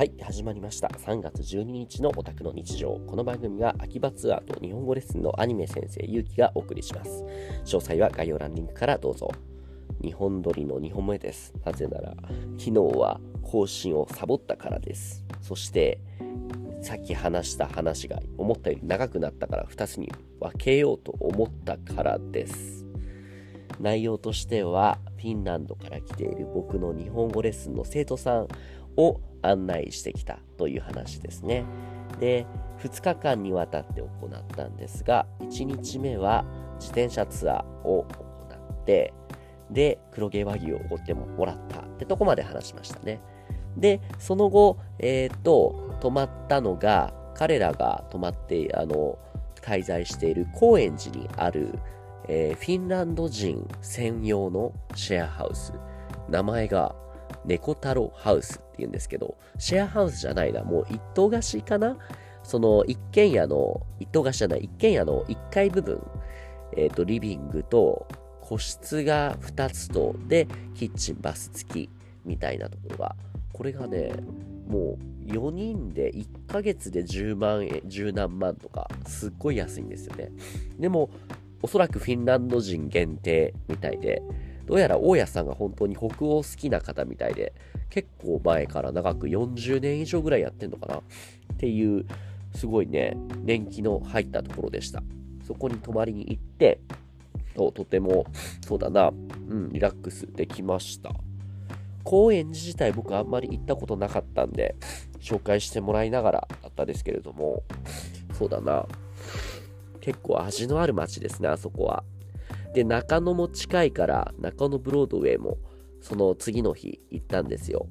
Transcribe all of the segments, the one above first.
はい、始まりました。3月12日のオタクの日常。この番組は秋葉ツアーと日本語レッスンのアニメ先生ゆうきがお送りします。詳細は概要欄リンクからどうぞ。日本撮りの2本目です。なぜなら昨日は更新をサボったからです。そしてさっき話した話が思ったより長くなったから2つに分けようと思ったからです。内容としてはフィンランドから来ている僕の日本語レッスンの生徒さんを案内してきたという話ですね。で、2日間にわたって行ったんですが、1日目は自転車ツアーを行って、で、黒毛和牛をおごってもらったってとこまで話しましたね。で、その後、泊まったのが、彼らが泊まって滞在している高円寺にある、フィンランド人専用のシェアハウス。名前が猫太郎ハウスって言うんですけど、シェアハウスじゃないな、もう一棟貸しかな。その一軒家の1階部分、リビングと個室が2つと、で、キッチンバス付きみたいなところが、これがね、もう4人で1ヶ月で10万円、10何万とか、すっごい安いんですよね。でも、おそらくフィンランド人限定みたいで、どうやら大家さんが本当に北欧好きな方みたいで、結構前から長く40年以上ぐらいやってんのかなっていう、すごいね、年季の入ったところでした。そこに泊まりに行って、とても、そうだな、リラックスできました。高円寺自体僕あんまり行ったことなかったんで、紹介してもらいながらだったですけれども、そうだな、結構味のある街ですね、あそこは。で、中野も近いから、中野ブロードウェイも、その次の日行ったんですよ。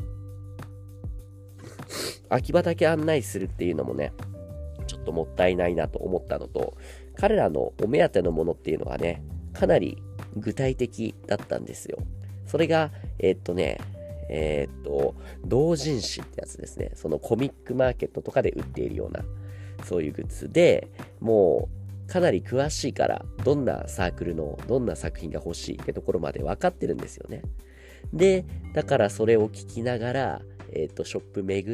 秋葉だけ案内するっていうのもね、ちょっともったいないなと思ったのと、彼らのお目当てのものっていうのがね、かなり具体的だったんですよ。それが、同人誌ってやつですね。そのコミックマーケットとかで売っているような、そういうグッズで、もう、かなり詳しいから、どんなサークルのどんな作品が欲しいってところまで分かってるんですよね。で、だからそれを聞きながら、ショップ巡って、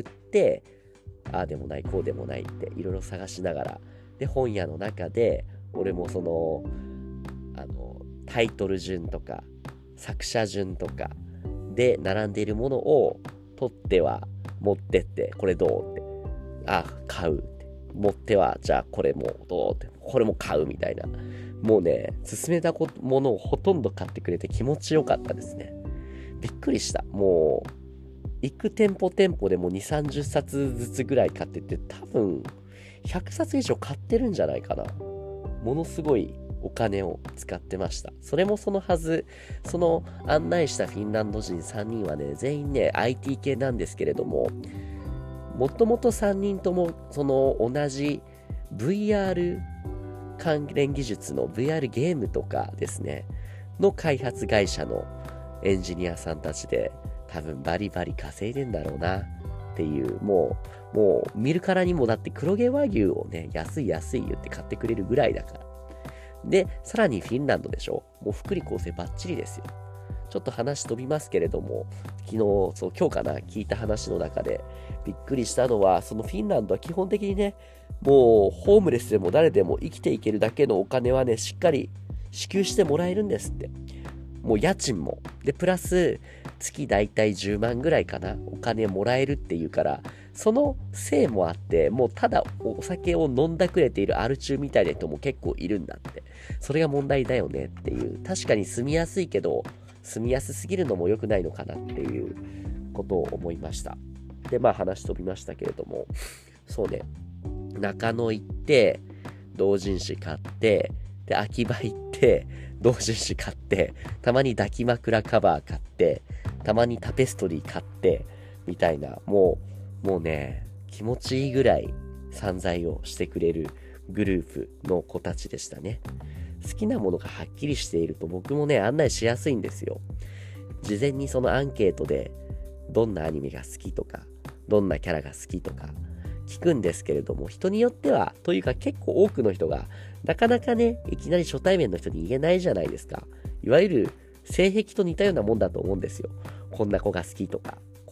ああでもない、こうでもないっていろいろ探しながら、で、本屋の中で、俺もその、タイトル順とか、作者順とかで並んでいるものを取っては持ってって、これどうって、買う。持ってはじゃあこれもどうってこれも買うみたいな、もうね勧めたものをほとんど買ってくれて気持ちよかったですね。びっくりした。もう行く店舗でも 2,30 冊ずつぐらい買ってて、多分100冊以上買ってるんじゃないかな。ものすごいお金を使ってました。それもそのはず、その案内したフィンランド人3人はね、全員ね IT 系なんですけれども、もともと3人ともその同じ VR 関連技術の VR ゲームとかですねの開発会社のエンジニアさんたちで、多分バリバリ稼いでんだろうなっていう、もう見るからにも、だって黒毛和牛をね安い言って買ってくれるぐらいだから。でさらにフィンランドでしょ、もう福利厚生バッチリですよ。ちょっと話飛びますけれども、今日かな、聞いた話の中でびっくりしたのは、そのフィンランドは基本的にね、もうホームレスでも誰でも生きていけるだけのお金はね、しっかり支給してもらえるんですって。もう家賃も。で、プラス月だいたい10万ぐらいかな、お金もらえるっていうから、そのせいもあって、もうただお酒を飲んだくれているアル中みたいな人も結構いるんだって。それが問題だよねっていう。確かに住みやすいけど、住みやすすぎるのも良くないのかなっていうことを思いました。で、話飛びましたけれども、そうね、中野行って、同人誌買って、で、秋葉行って、同人誌買って、たまに抱き枕カバー買って、たまにタペストリー買って、みたいな、もうね、気持ちいいぐらい散財をしてくれるグループの子たちでしたね。好きなものがはっきりしていると僕もね案内しやすいんですよ。事前にそのアンケートでどんなアニメが好きとか、どんなキャラが好きとか聞くんですけれども、人によってはというか結構多くの人がなかなかね、いきなり初対面の人に言えないじゃないですか。いわゆる性癖と似たようなもんだと思うんですよ。こんな子が好きとか、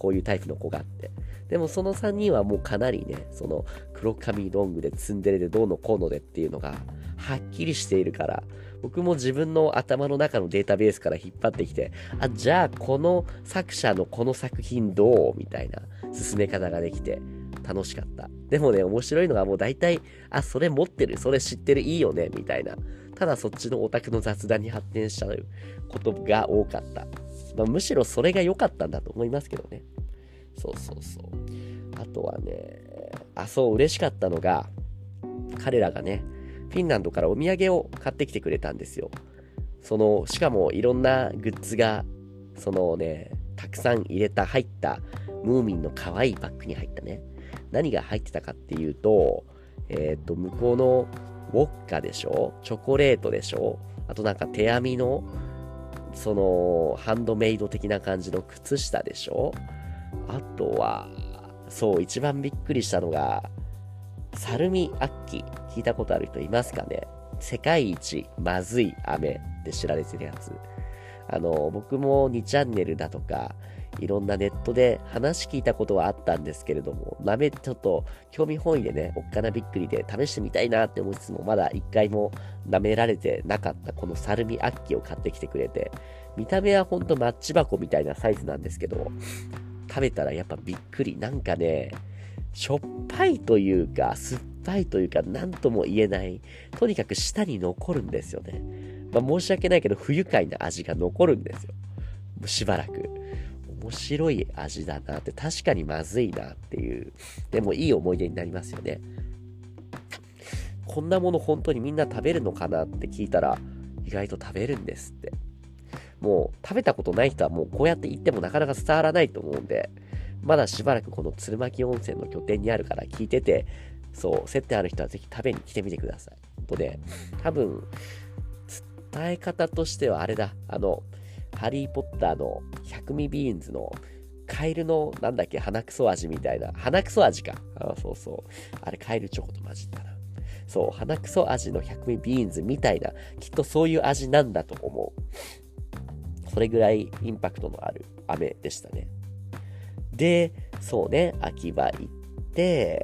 こういうタイプの子があって。でもその3人はもうかなりね、その黒髪ロングでツンデレでどうのこうのでっていうのがはっきりしているから、僕も自分の頭の中のデータベースから引っ張ってきて、じゃあこの作者のこの作品どうみたいな進め方ができて楽しかった。でもね、面白いのがもう大体、それ持ってる、それ知ってる、いいよね、みたいな。ただそっちのオタクの雑談に発展しちゃうことが多かった。むしろそれが良かったんだと思いますけどね。そう。あとはね、嬉しかったのが、彼らがね、フィンランドからお土産を買ってきてくれたんですよ。しかもいろんなグッズが、たくさん入った、ムーミンの可愛いバッグに入ったね。何が入ってたかっていうと、向こうのウォッカでしょ、チョコレートでしょ、あとなんか手編みの、ハンドメイド的な感じの靴下でしょ。あとは、一番びっくりしたのが、サルミアッキ。聞いたことある人いますかね。世界一まずい飴で知られてるやつ。僕も2チャンネルだとか、いろんなネットで話聞いたことはあったんですけれども、ちょっと興味本位でね、おっかなびっくりで試してみたいなって思いつつも、まだ一回も舐められてなかったこのサルミアッキを買ってきてくれて、見た目はほんとマッチ箱みたいなサイズなんですけど、食べたらやっぱびっくり。なんかね、しょっぱいというか、酸っぱいというか、なんとも言えない。とにかく舌に残るんですよね。申し訳ないけど、不愉快な味が残るんですよ。しばらく。面白い味だなって、確かにまずいなっていう。でもいい思い出になりますよね。こんなもの本当にみんな食べるのかなって聞いたら、意外と食べるんですって。もう食べたことない人はもうこうやって言ってもなかなか伝わらないと思うんで、まだしばらくこの鶴巻温泉の拠点にあるから聞いてて、接点ある人はぜひ食べに来てみてください。とね、多分、伝え方としてはあれだ、ハリーポッターの百味ビーンズのカエルの鼻くそ味みたいな、鼻くそ味か。あれカエルチョコと混じったな。鼻くそ味の百味ビーンズみたいな、きっとそういう味なんだと思う。それぐらいインパクトのある飴でしたね。で、秋葉行って、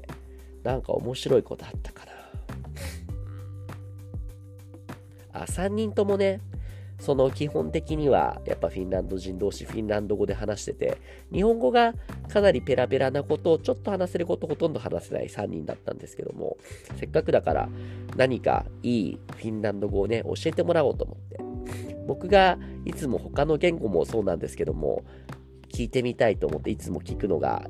なんか面白いことあったかな。3人ともね、基本的にはやっぱフィンランド人同士フィンランド語で話してて、日本語がかなりペラペラなことをちょっと話せることほとんど話せない3人だったんですけども、せっかくだから何かいいフィンランド語をね、教えてもらおうと思って、僕がいつも他の言語もそうなんですけども、聞いてみたいと思っていつも聞くのが、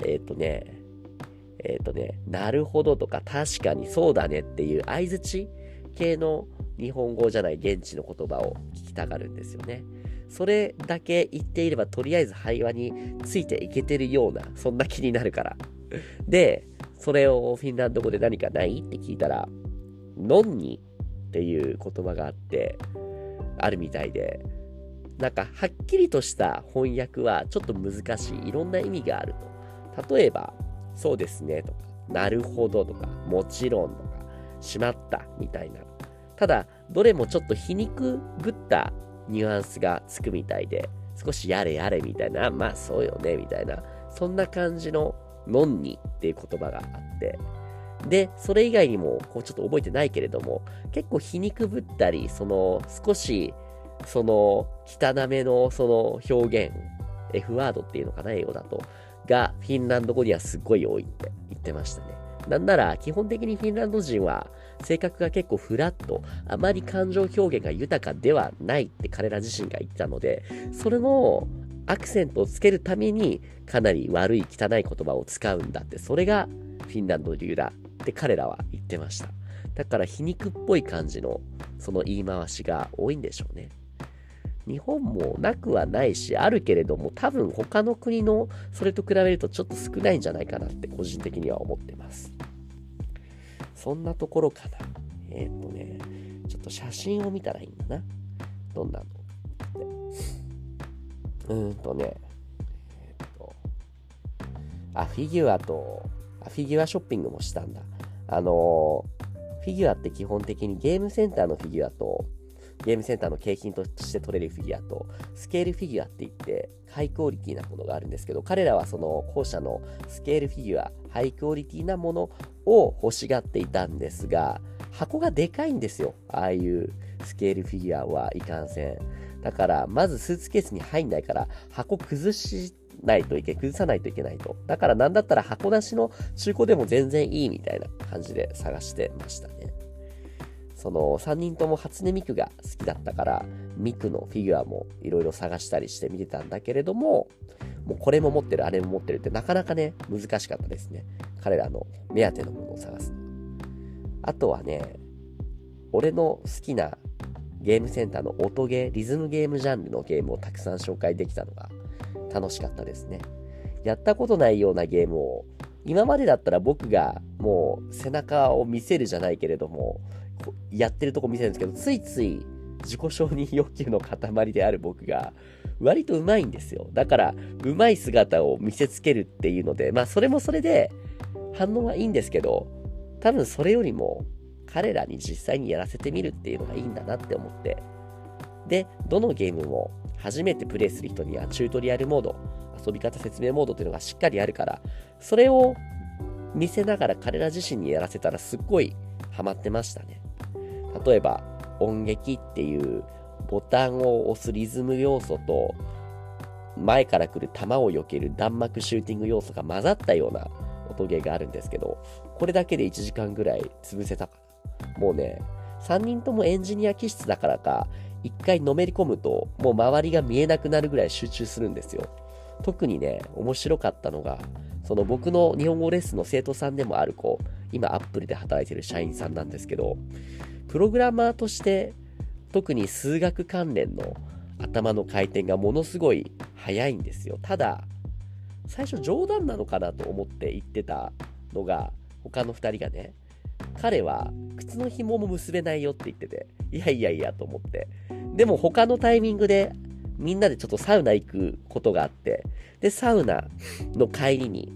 なるほどとか確かにそうだねっていう相づち系の日本語じゃない現地の言葉を聞きたがるんですよね。それだけ言っていればとりあえず会話についていけてるような、そんな気になるから。で、それをフィンランド語で何かないって聞いたら、ノンニっていう言葉があって、あるみたいで、なんかはっきりとした翻訳はちょっと難しい。いろんな意味があると。例えば、そうですねとか、なるほどとか、もちろんとか、しまったみたいな。ただ、どれもちょっと皮肉ぶったニュアンスがつくみたいで、少しやれやれみたいな、まあそうよねみたいな、そんな感じのノンニっていう言葉があって、で、それ以外にも、ちょっと覚えてないけれども、結構皮肉ぶったり、少し、汚めの表現、F ワードっていうのかな、英語だと、が、フィンランド語にはすっごい多いって言ってましたね。なんなら、基本的にフィンランド人は、性格が結構フラット、あまり感情表現が豊かではないって彼ら自身が言ってたので、それのアクセントをつけるために、かなり悪い汚い言葉を使うんだって、それがフィンランド流だって彼らは言ってました。だから皮肉っぽい感じのその言い回しが多いんでしょうね。日本もなくはないしあるけれども、多分他の国のそれと比べるとちょっと少ないんじゃないかなって個人的には思ってます。そんなところかな。ちょっと写真を見たらいいんだな。どんなのフィギュアとフィギュアショッピングもしたんだ。フィギュアって基本的にゲームセンターのフィギュアとゲームセンターの景品として取れるフィギュアと、スケールフィギュアって言ってハイクオリティなものがあるんですけど、彼らはその後者のスケールフィギュア、ハイクオリティなものを欲しがっていたんですが、箱がでかいんですよ。ああいうスケールフィギュアはいかんせん。だからまずスーツケースに入んないから箱崩さないといけないと。だからなんだったら箱なしの中古でも全然いいみたいな感じで探してましたね。その3人とも初音ミクが好きだったから、ミクのフィギュアもいろいろ探したりして見てたんだけれども、もうこれも持ってる、あれも持ってるってなかなかね、難しかったですね。彼らの目当てのものを探す。あとはね、俺の好きなゲームセンターの音ゲー、リズムゲームジャンルのゲームをたくさん紹介できたのが楽しかったですね。やったことないようなゲームを、今までだったら僕がもう背中を見せるじゃないけれども、やってるとこ見せるんですけど、ついつい自己承認欲求の塊である僕が割と上手いんですよ。だから上手い姿を見せつけるっていうので、まあそれもそれで反応はいいんですけど、多分それよりも彼らに実際にやらせてみるっていうのがいいんだなって思って、でどのゲームも初めてプレイする人にはチュートリアルモード、遊び方説明モードっていうのがしっかりあるから、それを見せながら彼ら自身にやらせたらすっごいハマってましたね。例えば音撃っていうボタンを押すリズム要素と、前から来る弾を避ける弾幕シューティング要素が混ざったような音ゲーがあるんですけど、これだけで1時間ぐらい潰せたかな。もうね、3人ともエンジニア気質だからか、一回のめり込むともう周りが見えなくなるぐらい集中するんですよ。特にね、面白かったのが、その僕の日本語レッスンの生徒さんでもある子、今アップルで働いてる社員さんなんですけど、プログラマーとして特に数学関連の頭の回転がものすごい速いんですよ。ただ最初冗談なのかなと思って言ってたのが、他の2人がね、彼は靴の紐も結べないよって言ってて、いやと思って、でも他のタイミングでみんなでちょっとサウナ行くことがあって、でサウナの帰りに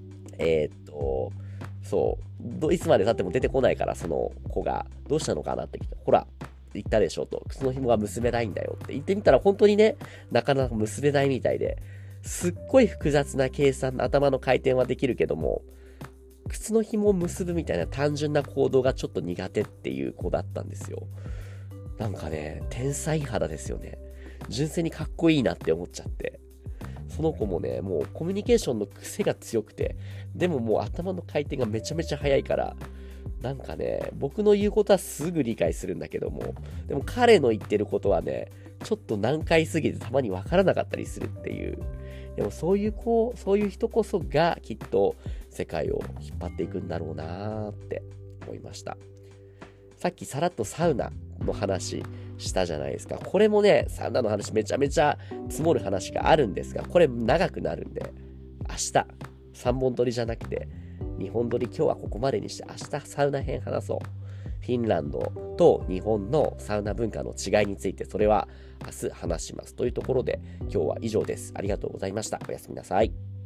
いつまで経っても出てこないから、その子がどうしたのかなって聞いて、ほら言ったでしょと、靴の紐が結べないんだよって言ってみたら、本当にね、なかなか結べないみたいで、すっごい複雑な計算、頭の回転はできるけども、靴の紐を結ぶみたいな単純な行動がちょっと苦手っていう子だったんですよ。なんかね、天才肌ですよね。純粋にかっこいいなって思っちゃって。その子もね、もうコミュニケーションの癖が強くて、でももう頭の回転がめちゃめちゃ速いから、なんかね、僕の言うことはすぐ理解するんだけども、でも彼の言ってることはね、ちょっと難解すぎてたまにわからなかったりするっていう。でもそういう人こそがきっと世界を引っ張っていくんだろうなーって思いました。さっきさらっとサウナの話したじゃないですか。これもね、サウナの話めちゃめちゃ積もる話があるんですが、これ長くなるんで、明日3本撮りじゃなくて2本撮り、今日はここまでにして明日サウナ編話そう。フィンランドと日本のサウナ文化の違いについて、それは明日話しますというところで、今日は以上です。ありがとうございました。おやすみなさい。